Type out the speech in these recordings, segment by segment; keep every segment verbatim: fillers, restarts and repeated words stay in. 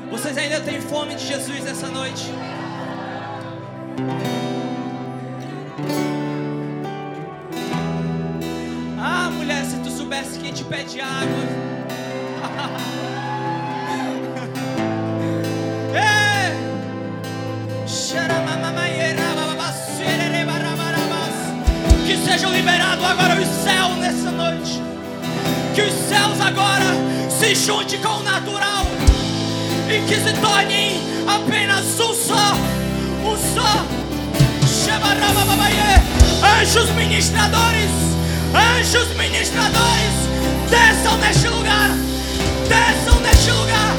Vocês ainda têm fome de Jesus nessa noite? Ah, mulher, se tu soubesse quem te pede água. Que sejam liberados agora os céus nessa noite. Que os céus agora se juntem com o natural e que se tornem apenas um só, um só. Anjos ministradores, anjos ministradores, desçam neste lugar, desçam neste lugar.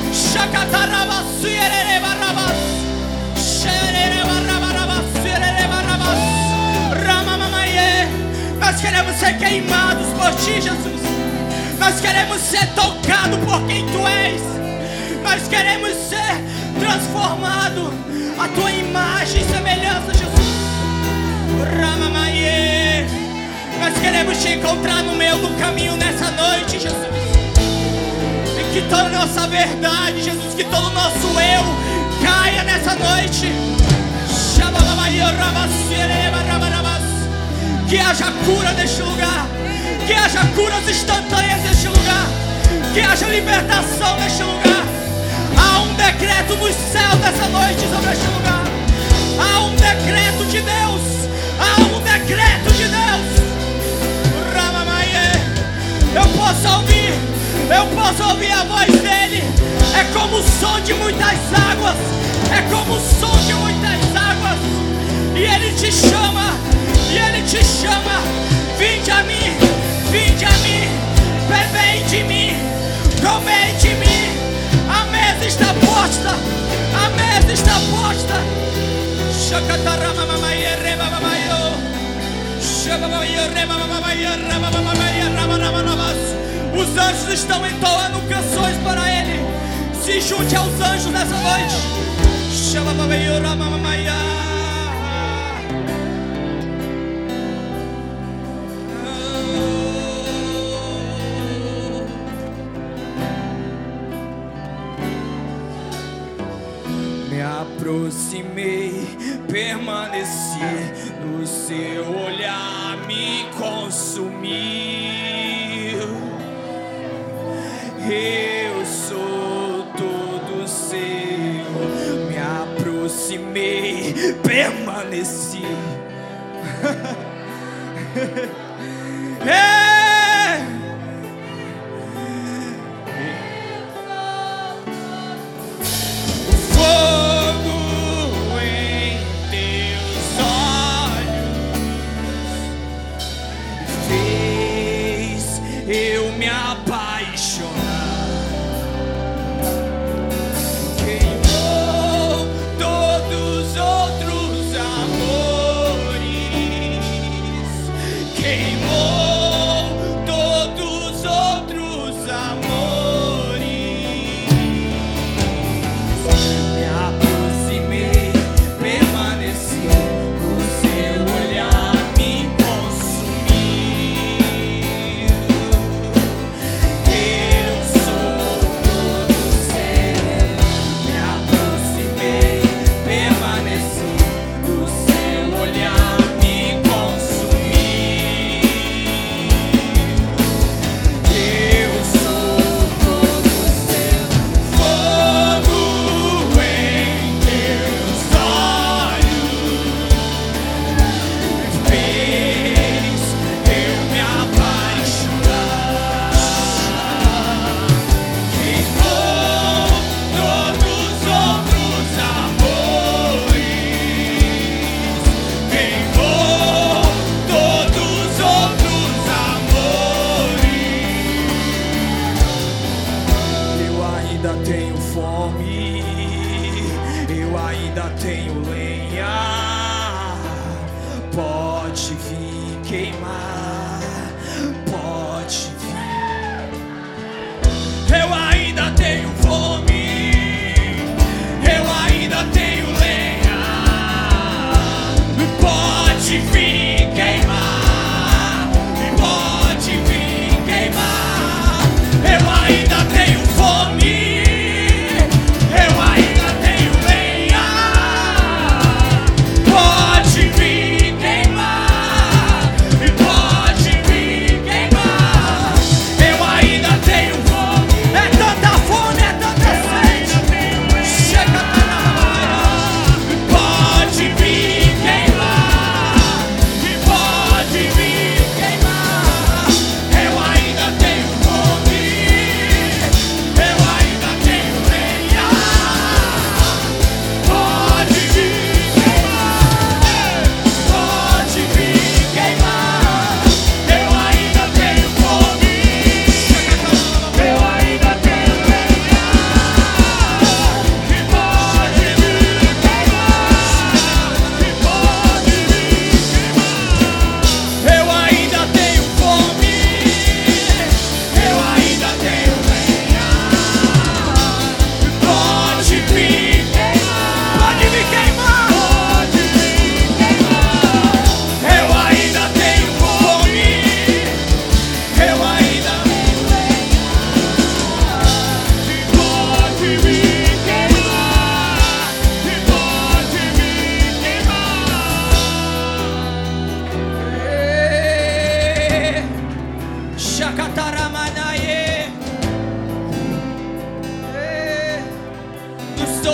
Nós queremos ser queimados por ti, Jesus. Nós queremos ser tocados por quem tu és. Nós queremos ser transformados à tua imagem e semelhança, Jesus. Nós queremos te encontrar no meio do caminho nessa noite, Jesus. E que toda a nossa verdade, Jesus, que todo o nosso eu caia nessa noite. Que haja cura neste lugar. Que haja curas instantâneas neste lugar. Que haja libertação neste lugar. Há um decreto dos céus nessa noite sobre este lugar. Há um decreto de Deus. Há um decreto de Deus. Eu posso ouvir. Eu posso ouvir a voz dele. É como o som de muitas águas. É como o som de muitas águas. E ele te chama. E ele te chama. Vinde a mim. Vinde a mim. Bebei de mim. Comei de mim. A mesa está posta. A mesa está posta. Os anjos estão entoando canções para ele. Se junte aos anjos nessa noite. Me aproximei, permaneci, no seu olhar me consumiu. Eu sou todo seu. Me aproximei, permaneci. É. Eu me apaixonar, queimou todos os outros amores, queimou todos os outros amores. Me aproximei, permaneci, o seu olhar me consumiu.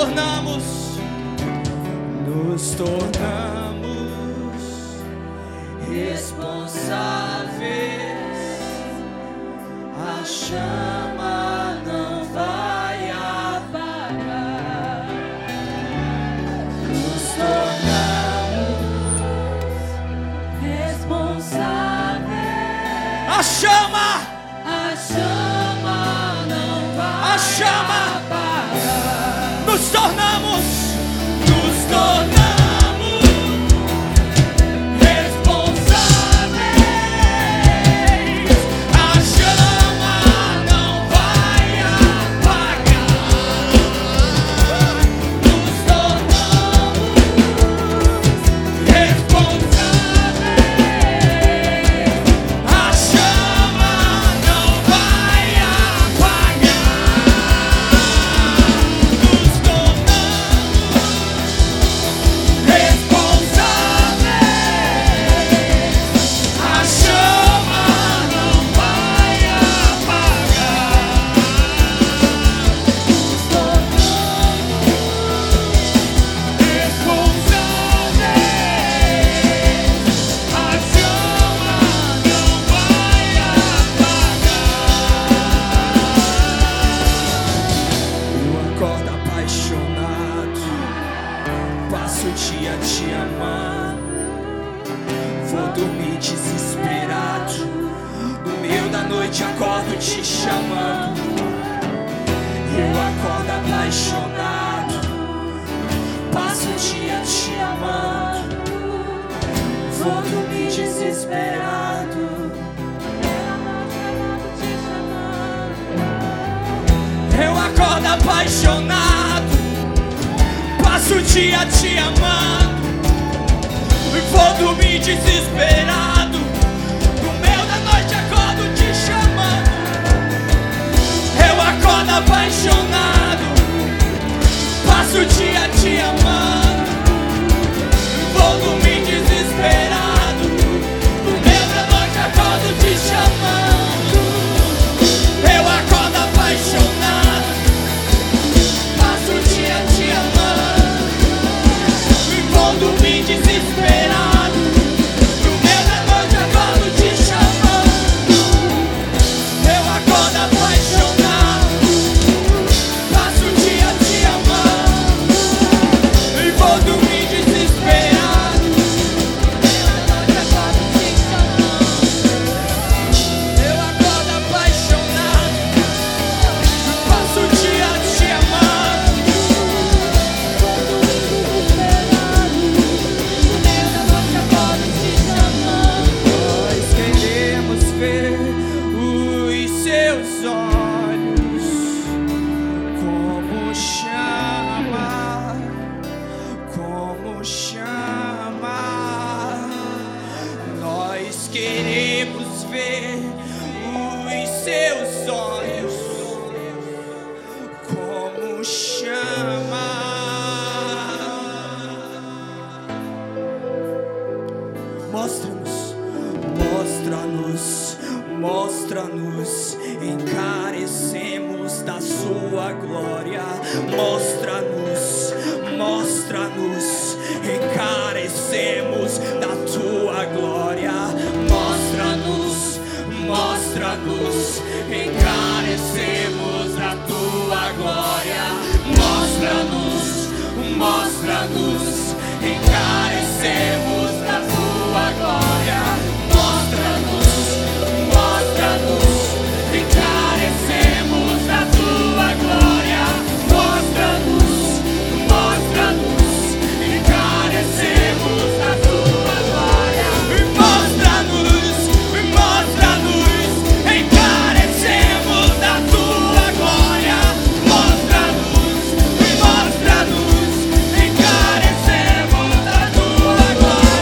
tornamos, nos tornamos responsáveis. A chama não vai apagar. Nos tornamos responsáveis. A chama, A chama não vai a chama. apagar. Nos tornamos, nos tornamos responsáveis. A chama não vai apagar. Nos tornamos responsáveis. A chama não vai acordo te chamando. Eu acordo apaixonado, passo o dia te amando. Vou dormir desesperado. Eu acordo apaixonado, passo o dia te amando. Vou dormir desesperado. No meio da noite acordo te chamando. Eu acordo apaixonado, passo o dia te amando. Vou dormir desesperado. No meio da noite acordo te chamando. Eu acordo apaixonado, passo o dia te amando. Vou dormir desesperado. No meio da noite acordo te chamando. Eu acordo apaixonado, passo o dia te amando. E vou dormir desesperado. Eu acordo apaixonado, passo o dia te amando. Nós queremos ver os seus olhos como chama, como chama. Nós queremos ver os seus olhos como chama. Mostra-nos, mostra-nos, mostra-nos, encarecemos da sua glória. Mostra-nos, mostra-nos, encarecemos da tua glória. Mostra-nos, mostra-nos, encarecemos da tua glória. Mostra-nos, mostra-nos, encarecemos da tua glória. Mostra-nos, mostra-nos, encarecemos da tua glória. Mostra-nos, mostra-nos, encarecemos da tua glória. Mostra-nos, mostra-nos, encarecemos da tua glória. Mostra-nos, mostra-nos, encarecemos da tua glória.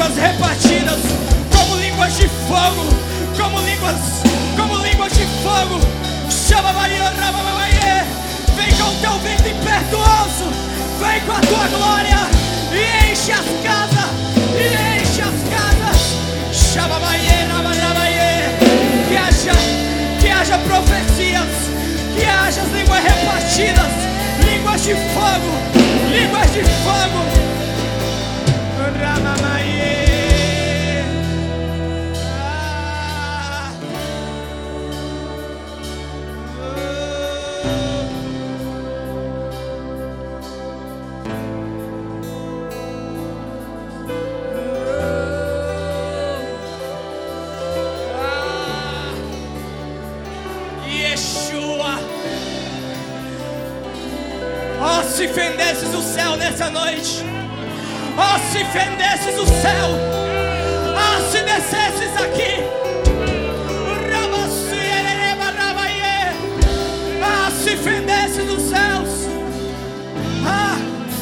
línguas repartidas, como línguas de fogo, como línguas, como línguas de fogo. Chama Maria, vem com o teu vento impetuoso, vem com a tua glória e enche as casas, e enche as casas. Chama Maria, que haja, que haja profecias, que haja as línguas repartidas, línguas de fogo, línguas de fogo. Ramamaie. Ah. Ah. Yeshua. Oh, se fendesses o céu nessa noite. Oh, se fendesses o céu. Oh, se descesses aqui. Ah, se fendesses os céus. Ah.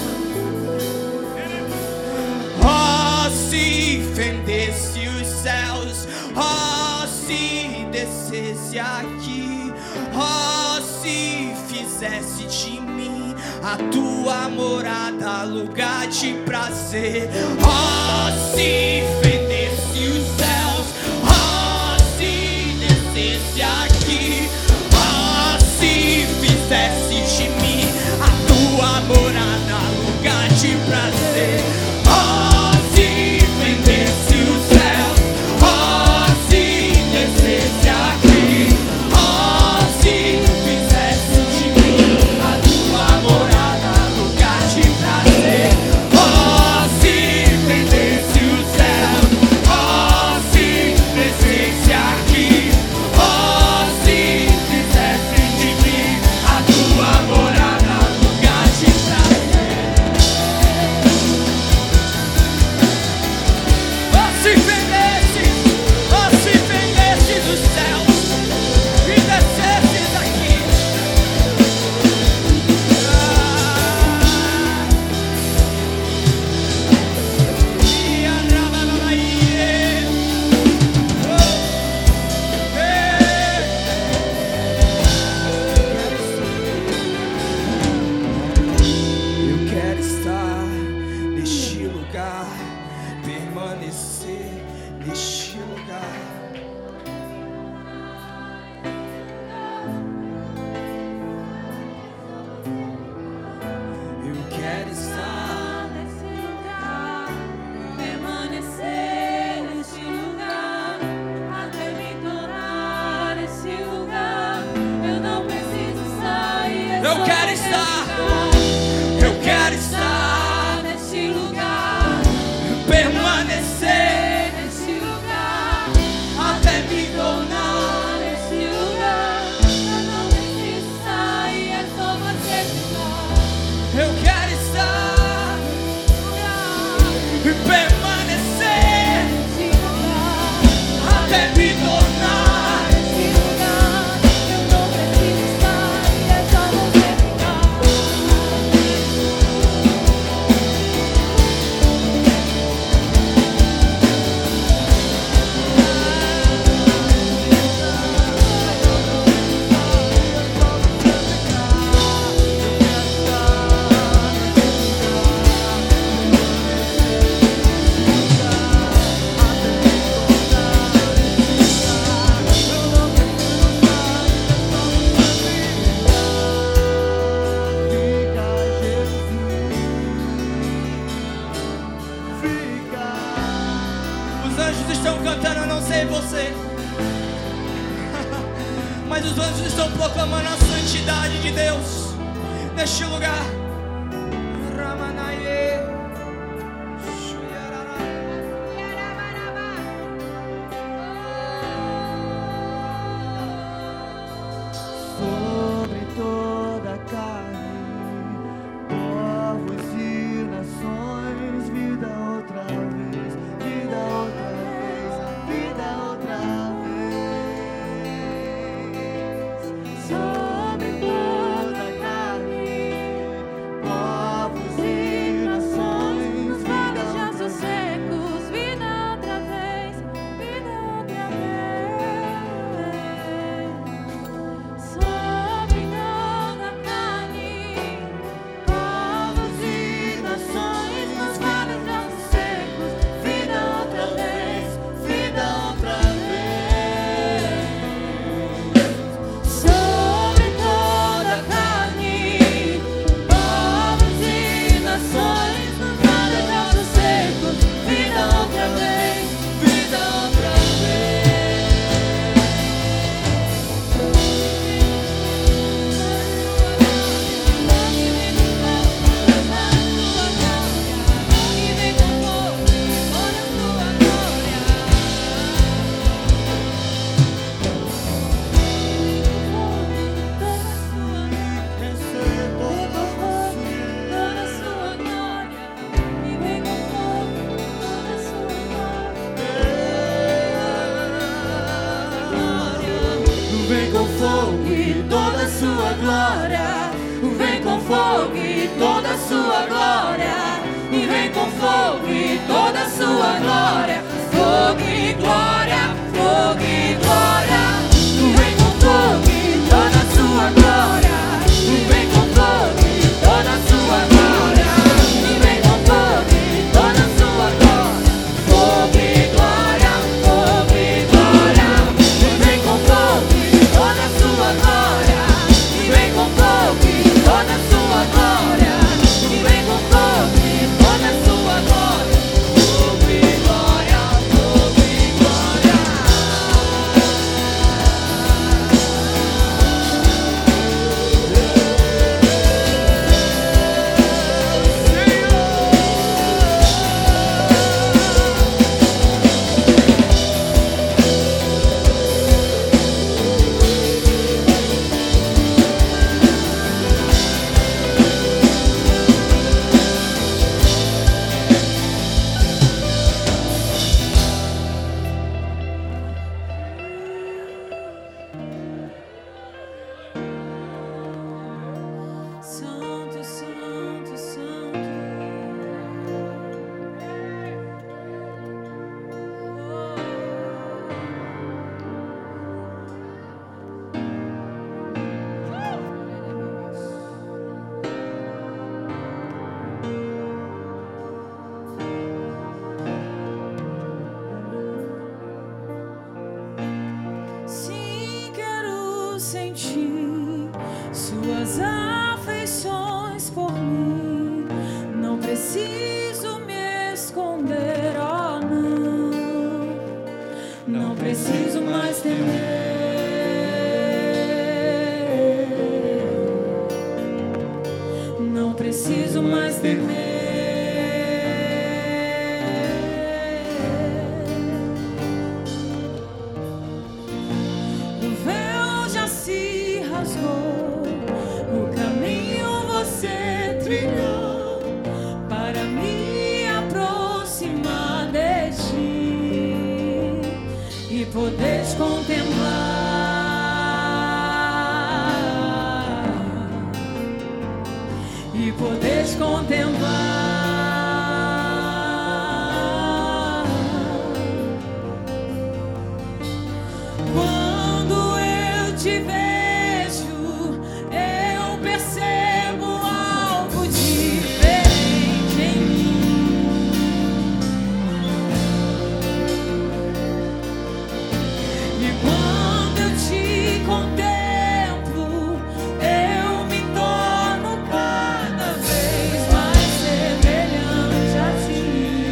Oh, se fendesse os céus. Oh, se descesse aqui. Oh, se fizesse de mim a tua morada, lugar de prazer. Oh, se fendesse os céus. Oh, se descesse aqui. Oh, se fizesse de mim a tua morada, lugar de prazer. Oh, se fendesse os céus. Oh, se descesse aqui. Oh, se fizesse de mim a tua morada, lugar de prazer. Oh, se fendesse os céus. Oh, se descesse aqui. Oh, se fizesse de mim a tua morada, lugar de prazer. Oh, se fendesse, oh, se fendesse dos céus e descesses aqui. Ah. E a Ramamaie. Oh, ei. Eu quero estar neste lugar, permanecer neste lugar. Eu quero estar. Nesse lugar, permanecer nesse lugar, até me tornar esse lugar. Eu não preciso sair. é Eu só quero você estar. ficar. Eu quero estar. Nesse lugar, Permanecer nesse lugar, até me tornar. nesse lugar. Eu não preciso sair, é só você ficar. Eu quero estar. Permanecer Nesse lugar, até me tornar. nesse lugar, eu não preciso sair, é só você ficar. Os anjos estão cantando, eu não sei você, mas os anjos estão proclamando a santidade de Deus neste lugar. Ramanaie. Sobre toda a carne, povos e nações, vida outra vez, vida outra vez, vida outra vez. Sobre toda a carne, sua glória, fogo e glória, fogo e glória. Tu vem com fogo e toda a sua glória. Tu vem com fogo e toda a sua glória. Tu vem com fogo e toda a sua glória. Fogo e glória, fogo e glória. Tu vem com fogo e toda a sua glória. Tu vem com fogo e toda a sua glória. Tu vem com fogo e toda a sua glória. Fogo e glória, fogo e glória. Santo, santo, santo. Sim, quero sentir suas afeições por mim. Não preciso me esconder, oh não. Não preciso mais temer. Não preciso mais temer. O véu já se rasgou, o caminho você trilhou para me aproximar de ti e poder te contemplar, e poder te contemplar. Quando eu te vejo, eu percebo algo diferente em mim. E quando eu te contemplo, eu me torno cada vez mais semelhante a ti.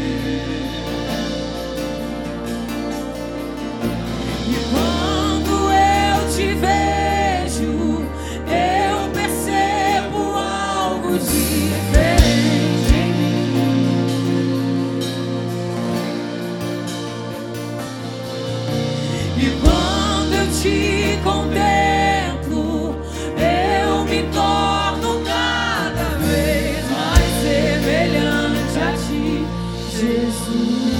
E quando eu te vejo, eu percebo algo diferente em mim. E quando eu te contemplo, eu me torno cada vez mais semelhante a ti, Jesus.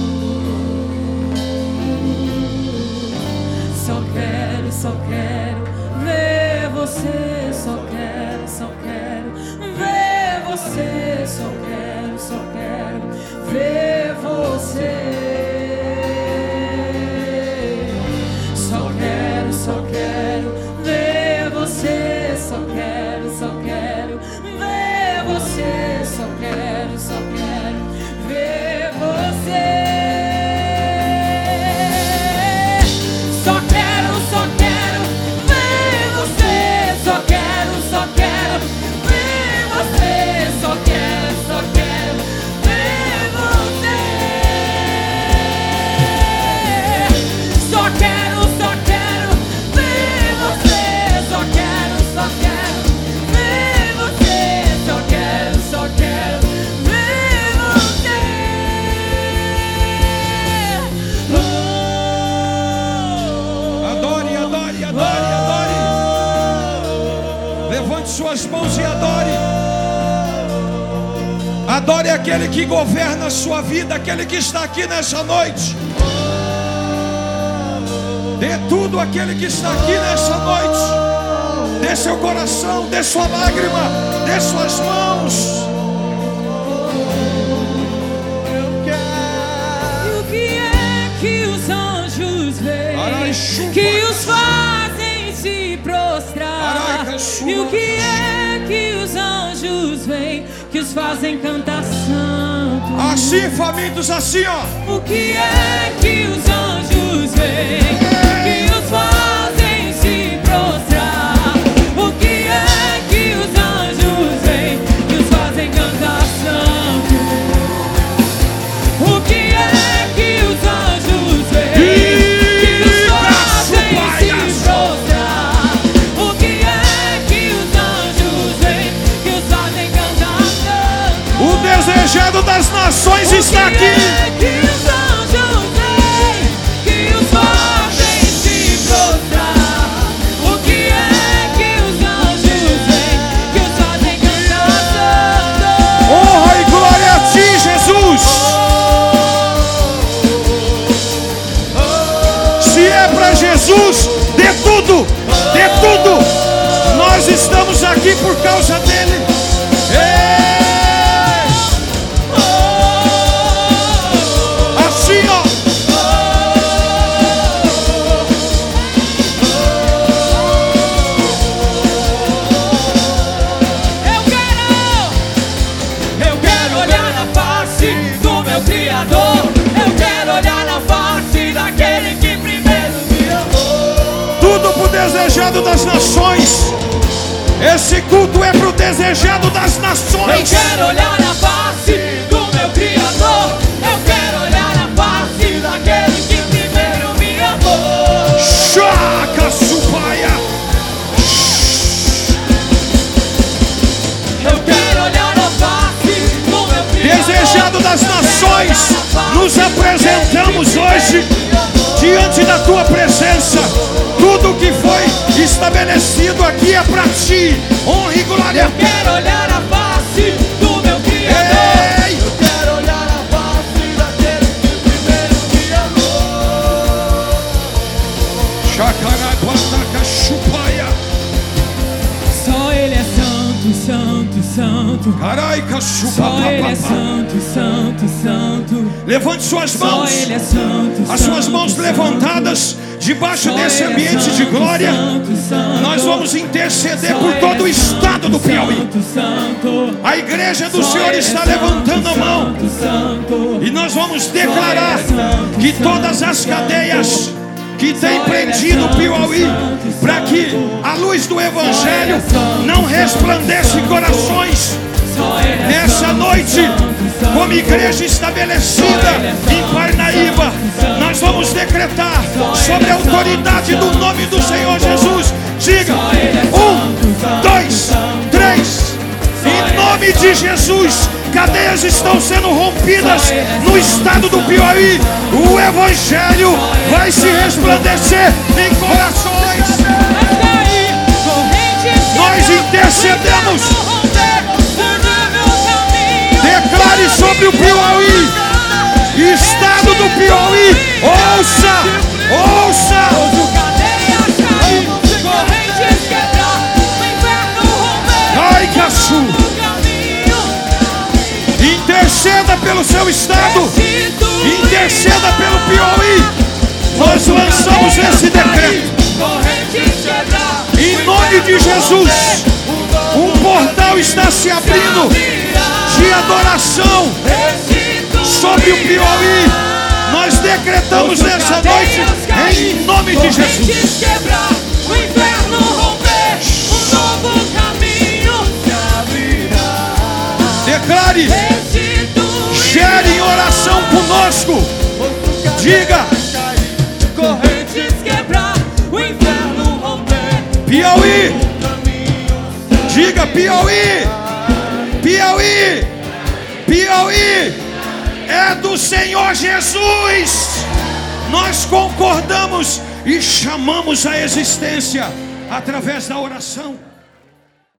Só quero, só quero ver você. Só quero, só quero ver você. Só quero, só quero ver você. Só quero, só quero ver você. Só quero, só quero ver você. Só quero, só quero ver você. Só quero, só quero ver você. Só quero, só quero ver você. Só quero, só quero ver você. Só quero, só quero ver você. Só quero, só quero ver você. Só quero, só quero ver você. Oh. Adore, adore, adore, adore. Levante suas mãos e adore. Adore aquele que governa a sua vida, aquele que está aqui nessa noite. Dê tudo àquele que está aqui nessa noite. Dê seu coração, dê sua lágrima, dê suas mãos. Eu quero os fazem cantar santo. Assim, famintos, assim, ó. O que é que os anjos veem, que os fazem se prostrar? O que é que os anjos veem, que os fazem cantar santo? O que é que os anjos veem, que os fazem se prostrar? O que é que os anjos veem, que os fazem cantar santo? O desejado das nações está aqui. Que os anjos veem, que os fazem se prostrar. O que é que os anjos veem, que os fazem cantar santo? Honra e glória a ti, Jesus. Se é para Jesus, dê tudo, dê tudo. Nós estamos aqui por causa dele. Ei! Assim, ó. Eu quero, eu quero olhar na face do meu Criador. Eu quero olhar na face daquele que primeiro me amou. Tudo pro desejado das nações. Esse culto é pro desejado das Eu nações. quero olhar na face do meu Criador. Eu quero olhar na face daquele que primeiro me amou. Chaca supaia. Eu quero olhar na face do meu Criador. Desejado das nações, nos apresentamos hoje diante da tua presença. Tudo que foi estabelecido aqui é para ti. Honra e glória. Eu quero olhar na face do meu Criador. Ei! Eu quero olhar a face daquele que primeiro me amou. Chacaraguataca chupaia. Só Ele é santo, santo, santo. Caraica Só Ele é chupapapá. santo, santo, santo. Levante suas Só mãos. Ele é santo. As suas santo, mãos santo. levantadas debaixo Só desse Ele é ambiente de santo, glória. santo, santo. Nós vamos interceder Só por Ele todo o é estado santo, do Piauí. santo, santo. A igreja do Só Senhor Ele é está santo, levantando a mão. santo, santo. E nós vamos declarar Só Ele é santo, que santo, todas as santo. cadeias que têm Só Ele é prendido o santo, Piauí, santo, para que santo. a luz do Só Ele Evangelho é santo, não santo, resplandeça em santo. corações. Só Ele é Nessa santo, noite, santo, santo. como igreja estabelecida em Parnaíba, nós vamos decretar sobre a autoridade do nome do Senhor Jesus. Diga: um, dois, três. Em nome de Jesus, cadeias estão sendo rompidas no estado do Piauí. O Evangelho vai se resplandecer em corações. Nós intercedemos. Declare sobre o Piauí, estado do Piauí. Ouça, ouça. Ai, Caçu. Interceda pelo seu estado. Interceda pelo Piauí. Nós lançamos esse decreto. Em nome de Jesus, um portal está se abrindo de adoração sobre o Piauí. Nós decretamos nessa noite em nome de Jesus. Declare, gere em oração conosco. Diga: correntes quebrar, o inferno romper. Piauí. Diga: Piauí. Piauí. Piauí é do Senhor Jesus. Nós concordamos e chamamos a existência através da oração.